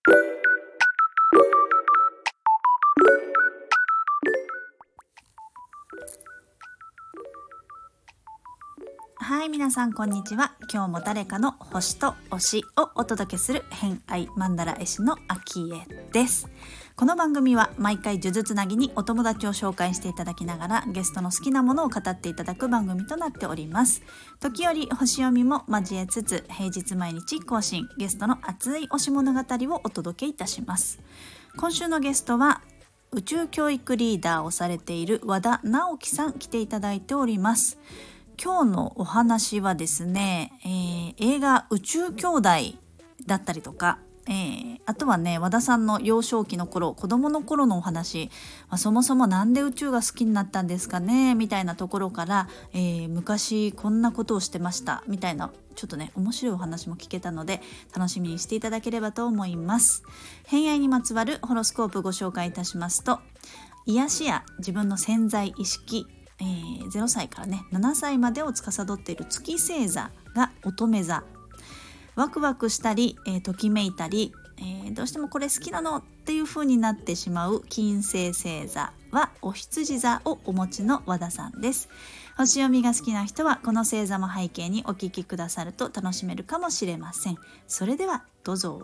はい、皆さんこんにちは。今日も誰かの星と推しをお届けする偏愛マンダラ絵師のアキエです。この番組は毎回数珠つなぎにお友達を紹介していただきながらゲストの好きなものを語っていただく番組となっております。時折星読みも交えつつ平日毎日更新、ゲストの熱い推し物語をお届けいたします。今週のゲストは宇宙教育リーダーをされている和田直樹さん来ていただいております。今日のお話はですね、映画宇宙兄弟だったりとか、あとはね和田さんの幼少期の頃、子供の頃のお話、そもそもなんで宇宙が好きになったんですかねみたいなところから、昔こんなことをしてましたみたいなちょっとね面白いお話も聞けたので楽しみにしていただければと思います。偏愛にまつわるホロスコープご紹介いたしますと、癒しや自分の潜在意識、0歳からね7歳までを司っている月星座が乙女座、ワクワクしたり、ときめいたり、どうしてもこれ好きなのっていう風になってしまう金星星座はお羊座をお持ちの和田さんです。星読みが好きな人はこの星座も背景にお聞きくださると楽しめるかもしれません。それではどうぞ。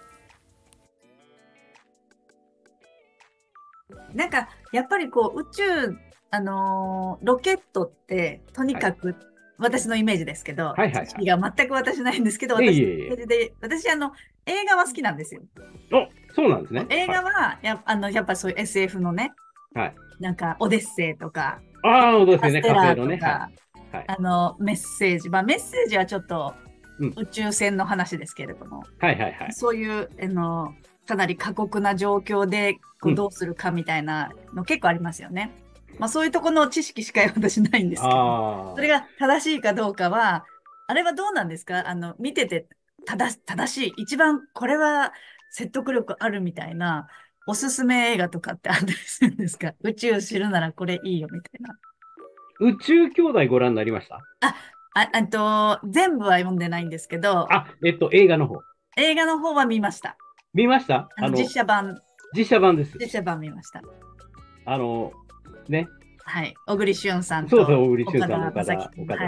なんかやっぱりこう宇宙ロケットってとにかく、私のイメージですけど、知識が全く私ないんですけど、私映画は好きなんですよ。 そうなんですね。 映画はやっぱりそういう SF のね、なんかオデッセイとか、 オデッセイね、 カステラとか、メッセージ、メッセージはちょっと宇宙船の話ですけれども、そういうかなり過酷な状況でこうどうするかみたいなの結構ありますよね。そういうところの知識しか私ないんですけど、それが正しいかどうかは、あれはどうなんですか？見てて正しい、一番これは説得力あるみたいな、おすすめ映画とかってあったりするんですか？宇宙知るならこれいいよみたいな。 宇宙兄弟ご覧になりました？ 全部は読んでないんですけど、 映画の方。 映画の方は見ました。 見ました？ 実写版。 実写版です。 実写版見ました。 ね。 はい。小栗旬さんと岡田将生さん。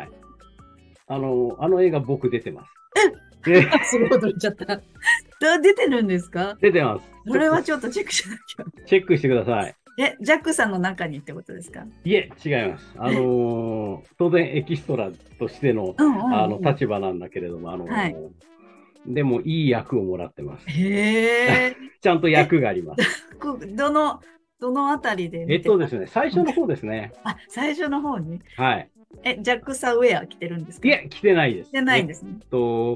あの映画僕出てます。 すごい驚いちゃった。出てるんですか？ 出てます。 これはちょっとチェックしなきゃ。 チェックしてください。 ジャックさんの中にってことですか？ いえ、違います。当然エキストラとしての、立場なんだけれども、でもいい役をもらってます。ちゃんと役があります。 どのあたりでですね、最初の方ですね。 最初の方に。 はい。 ジャックさんウェア着てるんですか？ いや、着てないです。 着てないんですね。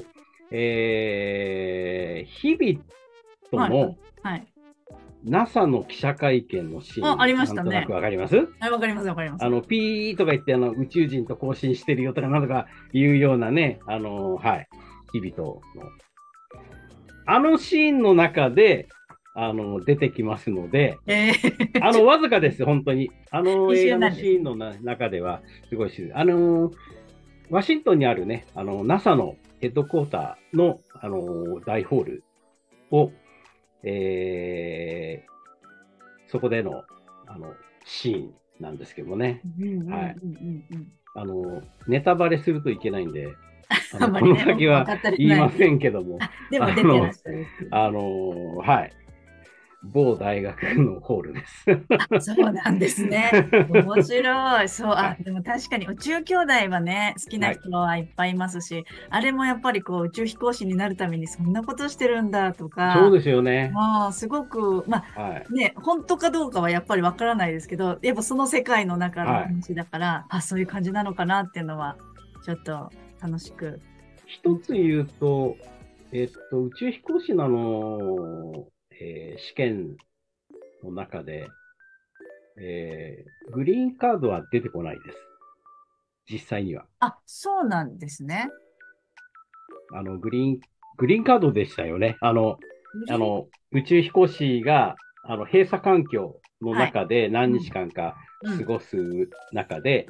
日々との、NASA の記者会見のシーン、 ありましたね。 なんとなくわかります？ わかります。 ピーとか言って宇宙人と交信してるよとかなんとかいうようなね、日々とのシーンの中で出てきますので、わずかです、本当に。映画のシーンの中では、すごいし、ワシントンにあるね、NASA のヘッドクォーターの、大ホールを、そこでの、シーンなんですけどね。ネタバレするといけないんで、この先は言いませんけども、 でも出てらっしゃる。 某大学のホールです。 そうなんですね。面白い。そう、でも確かに宇宙兄弟はね、好きな人はいっぱいいますし、あれもやっぱりこう宇宙飛行士になるためにそんなことしてるんだとか。 そうですよね。 すごく、ね、本当かどうかはやっぱりわからないですけど、やっぱその世界の中の話だから、そういう感じなのかなっていうのは、ちょっと楽しく。 一つ言うと、宇宙飛行士の試験の中で、グリーンカードは出てこないです。実際には。 そうなんですね。 グリーンカードでしたよね。宇宙飛行士が、閉鎖環境の中で何日間か過ごす中で、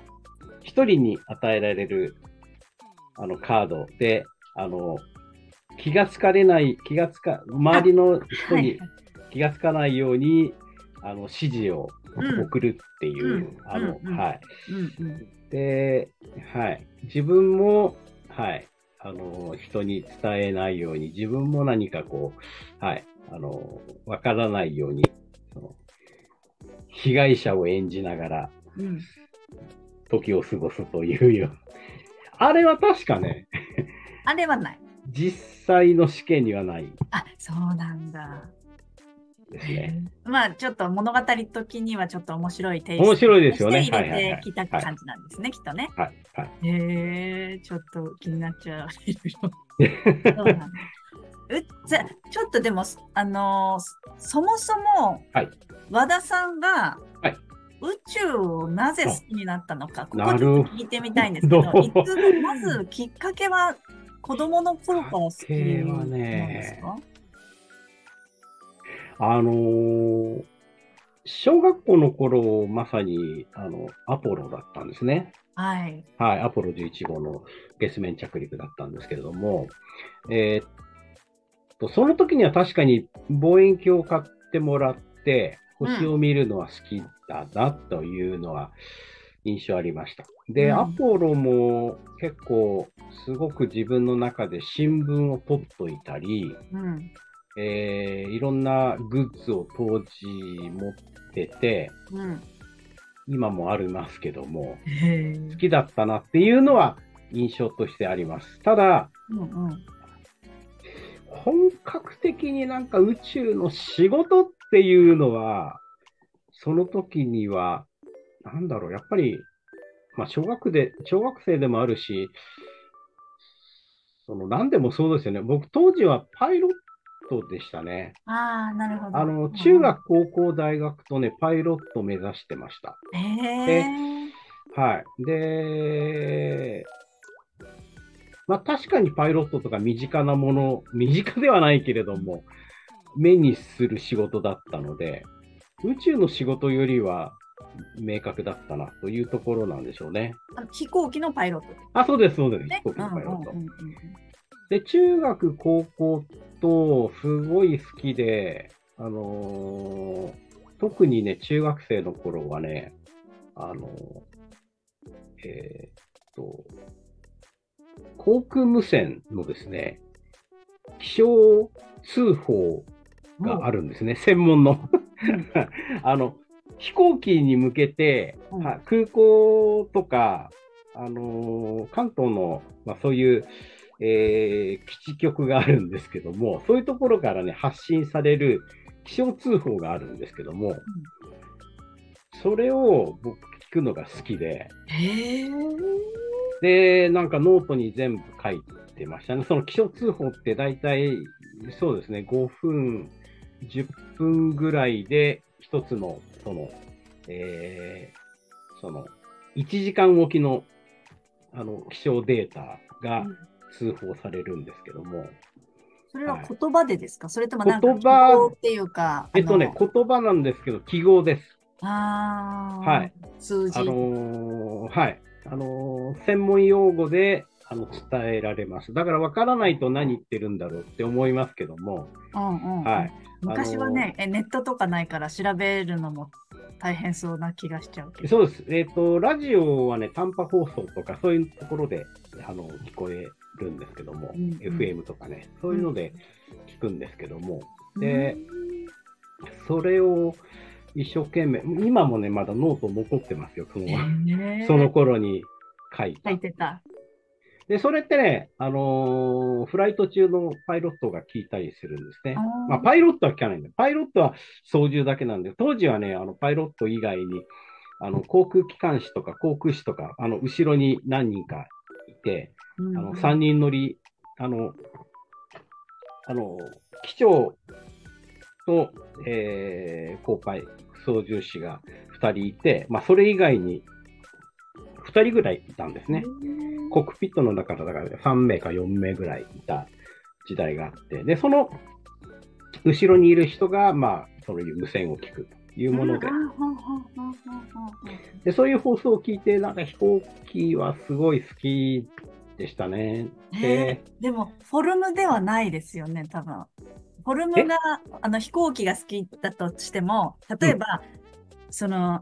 一人に与えられる、カードで、 周りの人にはい。 気がつかないように、指示を送るっていう、はい。 うんうんで、はい。自分も、はい。人に伝えないように、自分も何かこう、はい。わからないように、その被害者を演じながらうん。 時を過ごすというよ。あれは確かね、 あれはない。 実際の試験にはないあ、そうなんだ。 ですね。 まあちょっと物語的にはちょっと面白いテイスト面白いでとしてすよね。 入れてきたはい。 感じなんですね、きっとね。 はい。はい。 へえ、ちょっと気になっちゃう。いろいろ。そうはい。 なんだ。ちょっとでも、そもそも、 はい。 和田さんがはい。 宇宙をなぜあ、 好きになったのか、ここなるちょっと聞いてみたいんですけほど、 ど。 まずきっかけは子供の頃から好家はきなんですね、 か？ あのー小学校の頃、まさに、アポロだったんですね。 はい。 はい。アポロ11号の月面着陸だったんですけれども、えーその時には確かに望遠鏡を買ってもらって、星を見るのは好きだなというのは印象ありました。で、アうん。 ポロも結構すごく自分の中で新聞を取っといたり、 うん。 いろんなグッズを当時持ってて、 うん。 今もありますけども、 へえ。 好きだったなっていうのは印象としてあります。ただ、 うんうん。 本格的になんか宇宙の仕事っていうのは、その時には、なんだろう、やっぱり、まあ、小学生でもあるし、何でもそうですよね。僕、当時はパイロットでしたね。 ああ、なるほど。 中うん学、高校、大学とね、パイロットを目指してました。 うん。へで、 え。 はい。で、まあ確かにパイロットとか身近なもの、身近ではないけれども、目にする仕事だったので、宇宙の仕事よりは明確だったなというところなんでしょうね。 飛行機のパイロットあ、そうです、そうです。飛ね。 行機うんうんのパイロット。 うんうんで、中学、高校とすごい好きで、特にね、中学生の頃はね、あのえーっと、航空無線のですね、気象通報うん。おう。 があるんですね、専門の。 うん。 あの飛行機に向けて、 うん。 空港とか、関東の、まあ、そういう、基地局があるんですけども、そういうところからね、発信される気象通報があるんですけども、それを僕聞くのが好きで、 へえ。 で、なんかノートに全部書いてましたね。その気象通報って大体、そうですね、5分、10分ぐらいで、一つの、その、1時間おきの、気象データが通報されるんですけども、 それははい。 言葉でですか？それともなんか記言葉、 号っていうか、 言葉なんですけど、記号です。はあい。 数字。 はい。専門用語で伝えられます。だから分からないと何言ってるんだろうって思いますけども、 うんうんうん。 はい。 昔はね、ネットとかないから調べるのも大変そうな気がしちゃうけど。 そうです。ラジオはね、短波放送とかそういうところで聞こえるんですけども、 うんうん、 FM とかね、そういうので聞くんですけども、で、 うん、 それを一生懸命、今もね、まだノート残ってますよ、そのね頃に書い書いた。 てた。 で、それってね、フライト中のパイロットが聞いたりするんですあね。まあ、 ー、 パイロットは聞かないんで、パイロットは操縦だけなんで、当時はね、パイロット以外に、航空機関士とか航空士とか、後ろに何人かいて、 うんうん、 3人乗り、あの、機長と、航海、操縦士が2人いて、まあ、それ以外に2人ぐらいいたんですね。コックピットの中だから3名か4名ぐらいいた時代があって、で、その後ろにいる人が、まあ、そういう無線を聞くというもので、で、そういう放送を聞いて、なんか飛行機はすごい好きでしたね。 でも、フォルムではないですよね、多分。フォルムが、飛行機が好きだとしても、例えば、その、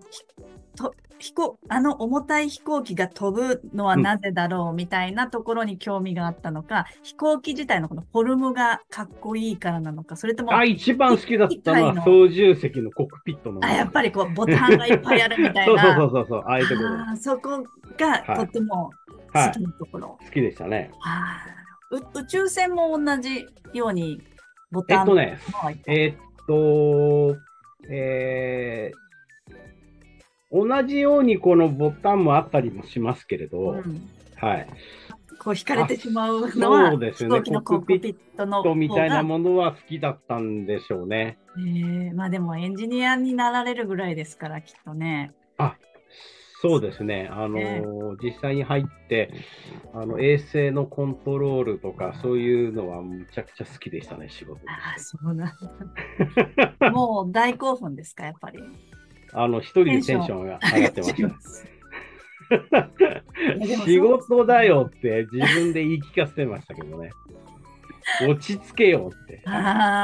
重たい飛行機が飛ぶのはなぜだろうみたいなところに興味があったのか、飛行機自体のこのフォルムがかっこいいからなのか、それとも、 一番好きだったのは操縦席のコックピットの。 やっぱりこう、ボタンがいっぱいあるみたいな。 そう、ああいうところ。 そこがとっても好きなところ。 好きでしたね。 宇宙船も同じようにボタン同じようにこのボタンもあったりもしますけれど、 こう引かれてしまうのは、 そうですね、コックピットみたいなものは好きだったんでしょうね。 まあでもエンジニアになられるぐらいですから、きっとね。 そうですね。実際に入って、衛星のコントロールとか、そういうのはむちゃくちゃ好きでしたね、仕事。 そうなんだ。もう大興奮ですか、やっぱり。 一人でテンションが上がってました。仕事だよって自分で言い聞かせてましたけどね。落ち着けよって。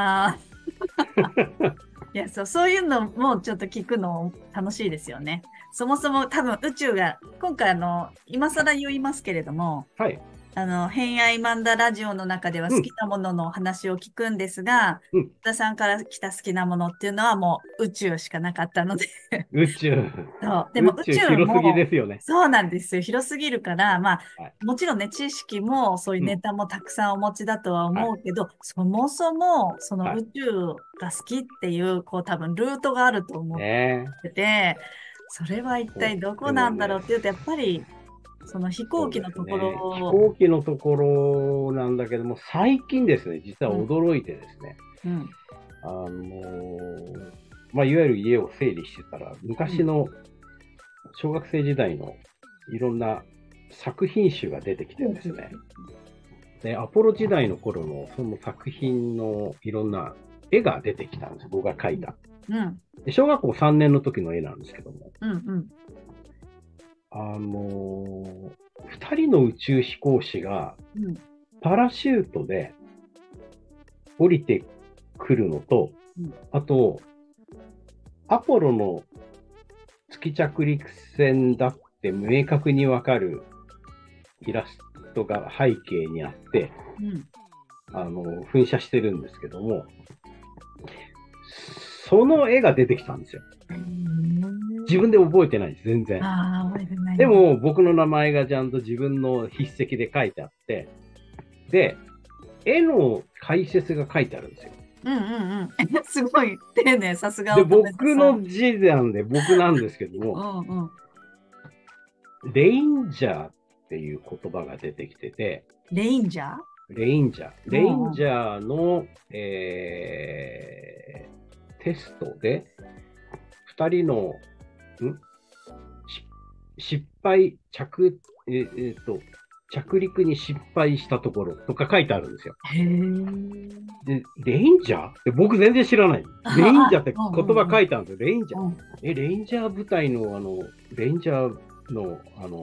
いや、そういうのもちょっと聞くの楽しいですよね。そもそも多分宇宙が、今回今更言いますけれども、偏愛マンダラジオの中では好きなものの話を聞くんですが、田さんから来た好きなものっていうのはもう宇宙しかなかったので。 宇宙。 でも宇宙も広すぎですよね。 そうなんですよ。広すぎるから、まあ、もちろんね、知識もそういうネタもたくさんお持ちだとは思うけど、そもそもその宇宙が好きっていう、こう多分ルートがあると思ってて、それは一体どこなんだろうっていうと、やっぱり、その飛行機のところ、 飛行機のところなんだけども、最近ですね、実は驚いてですね、いわゆる家を整理してたら、昔の小学生時代のいろんな作品集が出てきてですね、で、アポロ時代の頃のその作品のいろんな絵が出てきたんです、僕が描いた。で小学校3年の時の絵なんですけども、2人の宇宙飛行士がパラシュートで降りてくるのと、あと、アポロの月着陸船だって明確にわかるイラストが背景にあって、噴射してるんですけども、その絵が出てきたんですよ。自分で覚えてないです、全然。 覚えてない。 でも、僕の名前がちゃんと自分の筆跡で書いてあって、で、絵の解説が書いてあるんですよ。 すごい丁寧、さすが。 で、僕の字なんで、僕なんですけども、レインジャーっていう言葉が出てきてて、 レインジャーの、テストで、2人の、失敗、着陸に失敗したところとか書いてあるんですよ。で、レインジャーって僕全然知らない。レインジャーって言葉書いてあるんですよ。レインジャー。レインジャー部隊のレインジャーの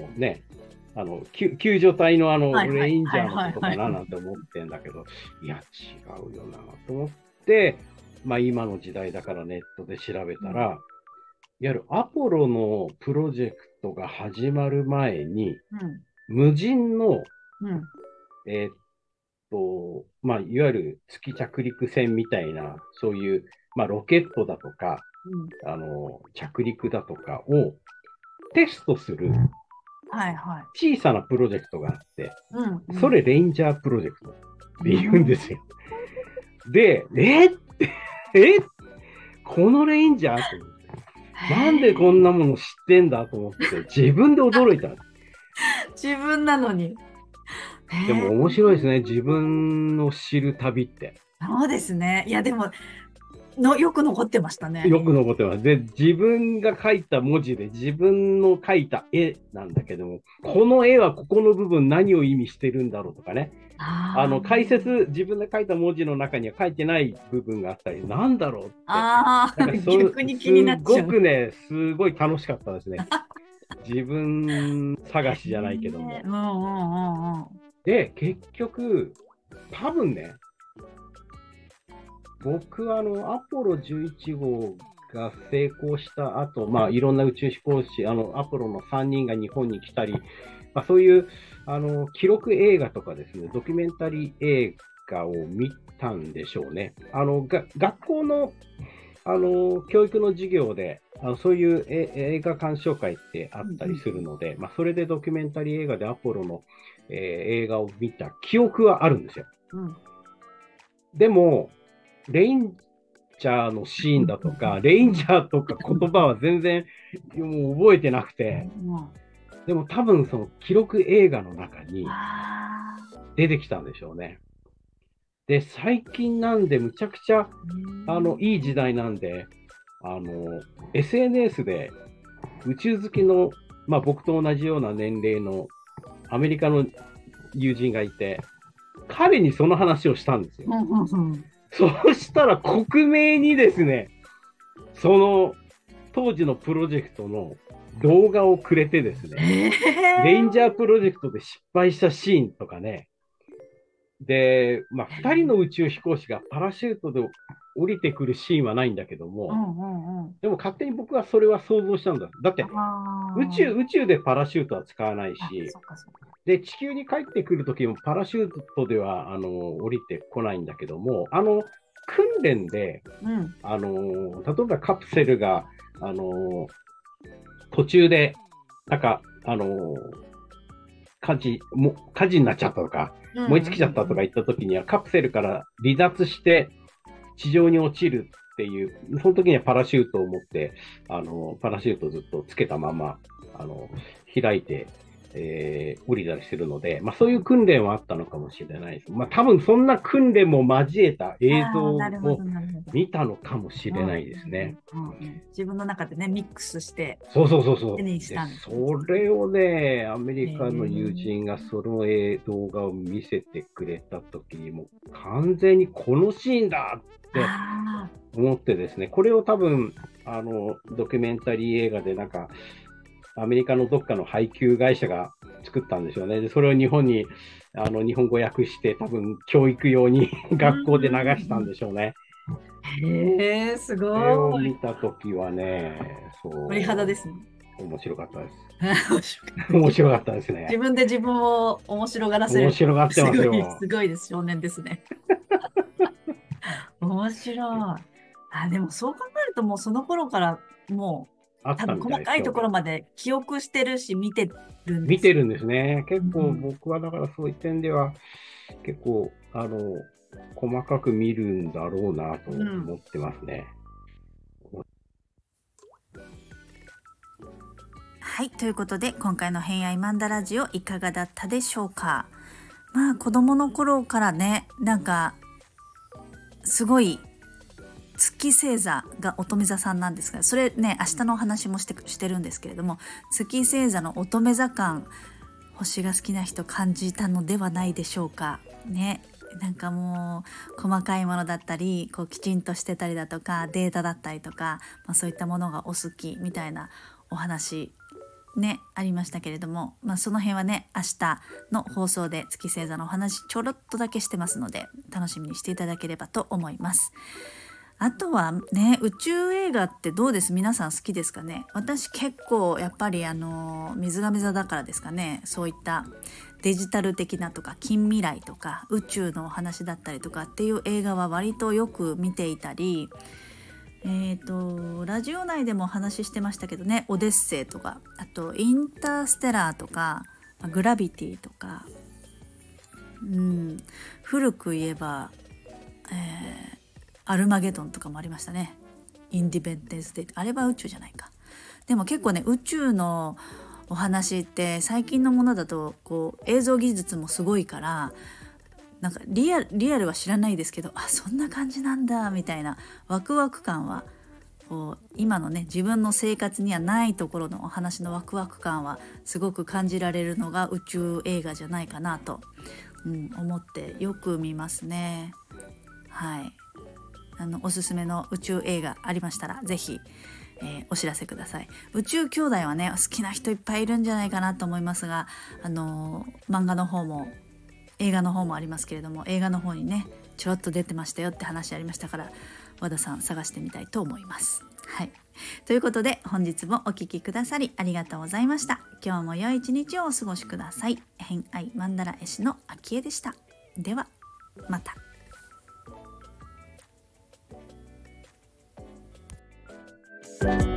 救助隊のレインジャーのことかななんて思ってんだけど、いや、違うよなと思って、今の時代だからネットで調べたら、いわゆるアポロのプロジェクトが始まる前に、無人の、いわゆる月着陸船みたいな、そういう、ロケットだとか、着陸だとかをテストする小さなプロジェクトがあって、それレインジャープロジェクトって言うんですよ。で、このレインジャーってなんでこんなもの知ってんだと思って自分で驚いた。 自分なのに。 でも面白いですね、自分の知る旅って。 そうですね。いやでもよく残ってましたね。 よく残ってます。で、自分が描いた文字で自分の描いた絵なんだけども、この絵はここの部分何を意味してるんだろうとかね。解説、自分で書いた文字の中には書いてない部分があったり、なんだろうって。 逆に気になっちゃう。 すごくね、すごい楽しかったですね。 自分探しじゃないけども。で、結局、多分ね、僕はアポロ11号が成功した後、まあ、いろんな宇宙飛行士、アポロの3人が日本に来たり、まあ、そういう記録映画とかですね、ドキュメンタリー映画を見たんでしょうね。学校の教育の授業で、そういう映画鑑賞会ってあったりするので、まあ、それでドキュメンタリー映画でアポロの、映画を見た記憶はあるんですよ。でも、レインジャーのシーンだとか、レインジャーとか言葉は全然もう覚えてなくて、でも多分その記録映画の中に出てきたんでしょうね。で、最近なんでむちゃくちゃいい時代なんで、SNS で宇宙好きの、まあ、僕と同じような年齢のアメリカの友人がいて、彼にその話をしたんですよ。そうしたら克明にですね、その当時のプロジェクトの動画をくれてですね、レインジャープロジェクトで失敗したシーンとかね、で、まあ、2人の宇宙飛行士がパラシュートで降りてくるシーンはないんだけども、でも勝手に僕はそれは想像したんだ。だって宇宙でパラシュートは使わないし、で、地球に帰ってくるときもパラシュートでは降りてこないんだけども、訓練で、例えばカプセルが、途中で、なんか、火事になっちゃったとか、燃え尽きちゃったとか言ったときには、カプセルから離脱して地上に落ちるっていう、その時にはパラシュートを持って、パラシュートをずっとつけたまま、開いて、降りたりするので、まあ、そういう訓練はあったのかもしれないです。まあ、多分そんな訓練も交えた映像を見たのかもしれないですね。 自分の中でね、ミックスして。 そう。それをね、アメリカの友人がその動画を見せてくれたときに、もう完全にこのシーンだって思ってですね、これを多分、ドキュメンタリー映画でなんか、アメリカのどっかの配給会社が作ったんでしょうね。でそれを日本に日本語訳して多分教育用に学校で流したんでしょうね。 へえ、すごい。 これを見たときはね、 鳥肌ですね。 面白かったです。面白かったですね。 自分で自分を面白がらせる。 面白がってますよ。 すごいです。少年ですね。面白い。でもそう考えるともうその頃からもう多分細かいところまで記憶してるし見てるんです。 見てるんですね。結構僕はだからそういう点では結構細かく見るんだろうなと思ってますね。 はい、ということで今回の偏愛マンダラジオいかがだったでしょうか。まあ子供の頃からね、なんかすごい月星座が乙女座さんなんですが、それね明日のお話もしてるんですけれども、月星座の乙女座感、星が好きな人感じたのではないでしょうかね。なんかもう細かいものだったりこうきちんとしてたりだとかデータだったりとか、そういったものがお好きみたいなお話ねありましたけれども、その辺はね明日の放送で月星座のお話ちょろっとだけしてますので楽しみにしていただければと思います。あとはね、宇宙映画ってどうです？皆さん好きですかね？私結構やっぱり水亀座だからですかね、そういったデジタル的なとか近未来とか宇宙のお話だったりとかっていう映画は割とよく見ていたり、ラジオ内でもお話ししてましたけどね、オデッセイとか、あとインターステラーとかグラビティとか、古く言えば、アルマゲドンとかもありましたね。インディペンデンスデー、あれは宇宙じゃないか。でも結構ね、宇宙のお話って最近のものだとこう映像技術もすごいから、なんかリアルは知らないですけど、そんな感じなんだみたいなワクワク感はこう今のね自分の生活にはないところのお話のワクワク感はすごく感じられるのが宇宙映画じゃないかなと、思ってよく見ますね。はい。おすすめの宇宙映画ありましたらぜひお知らせください。宇宙兄弟はね好きな人いっぱいいるんじゃないかなと思いますが、漫画の方も映画の方もありますけれども、映画の方にねちょろっと出てましたよって話ありましたから、和田さん探してみたいと思います。はい、ということで本日もお聞きくださりありがとうございました。今日も良い一日をお過ごしください。偏愛マンダラ絵師のあきえでした。ではまた。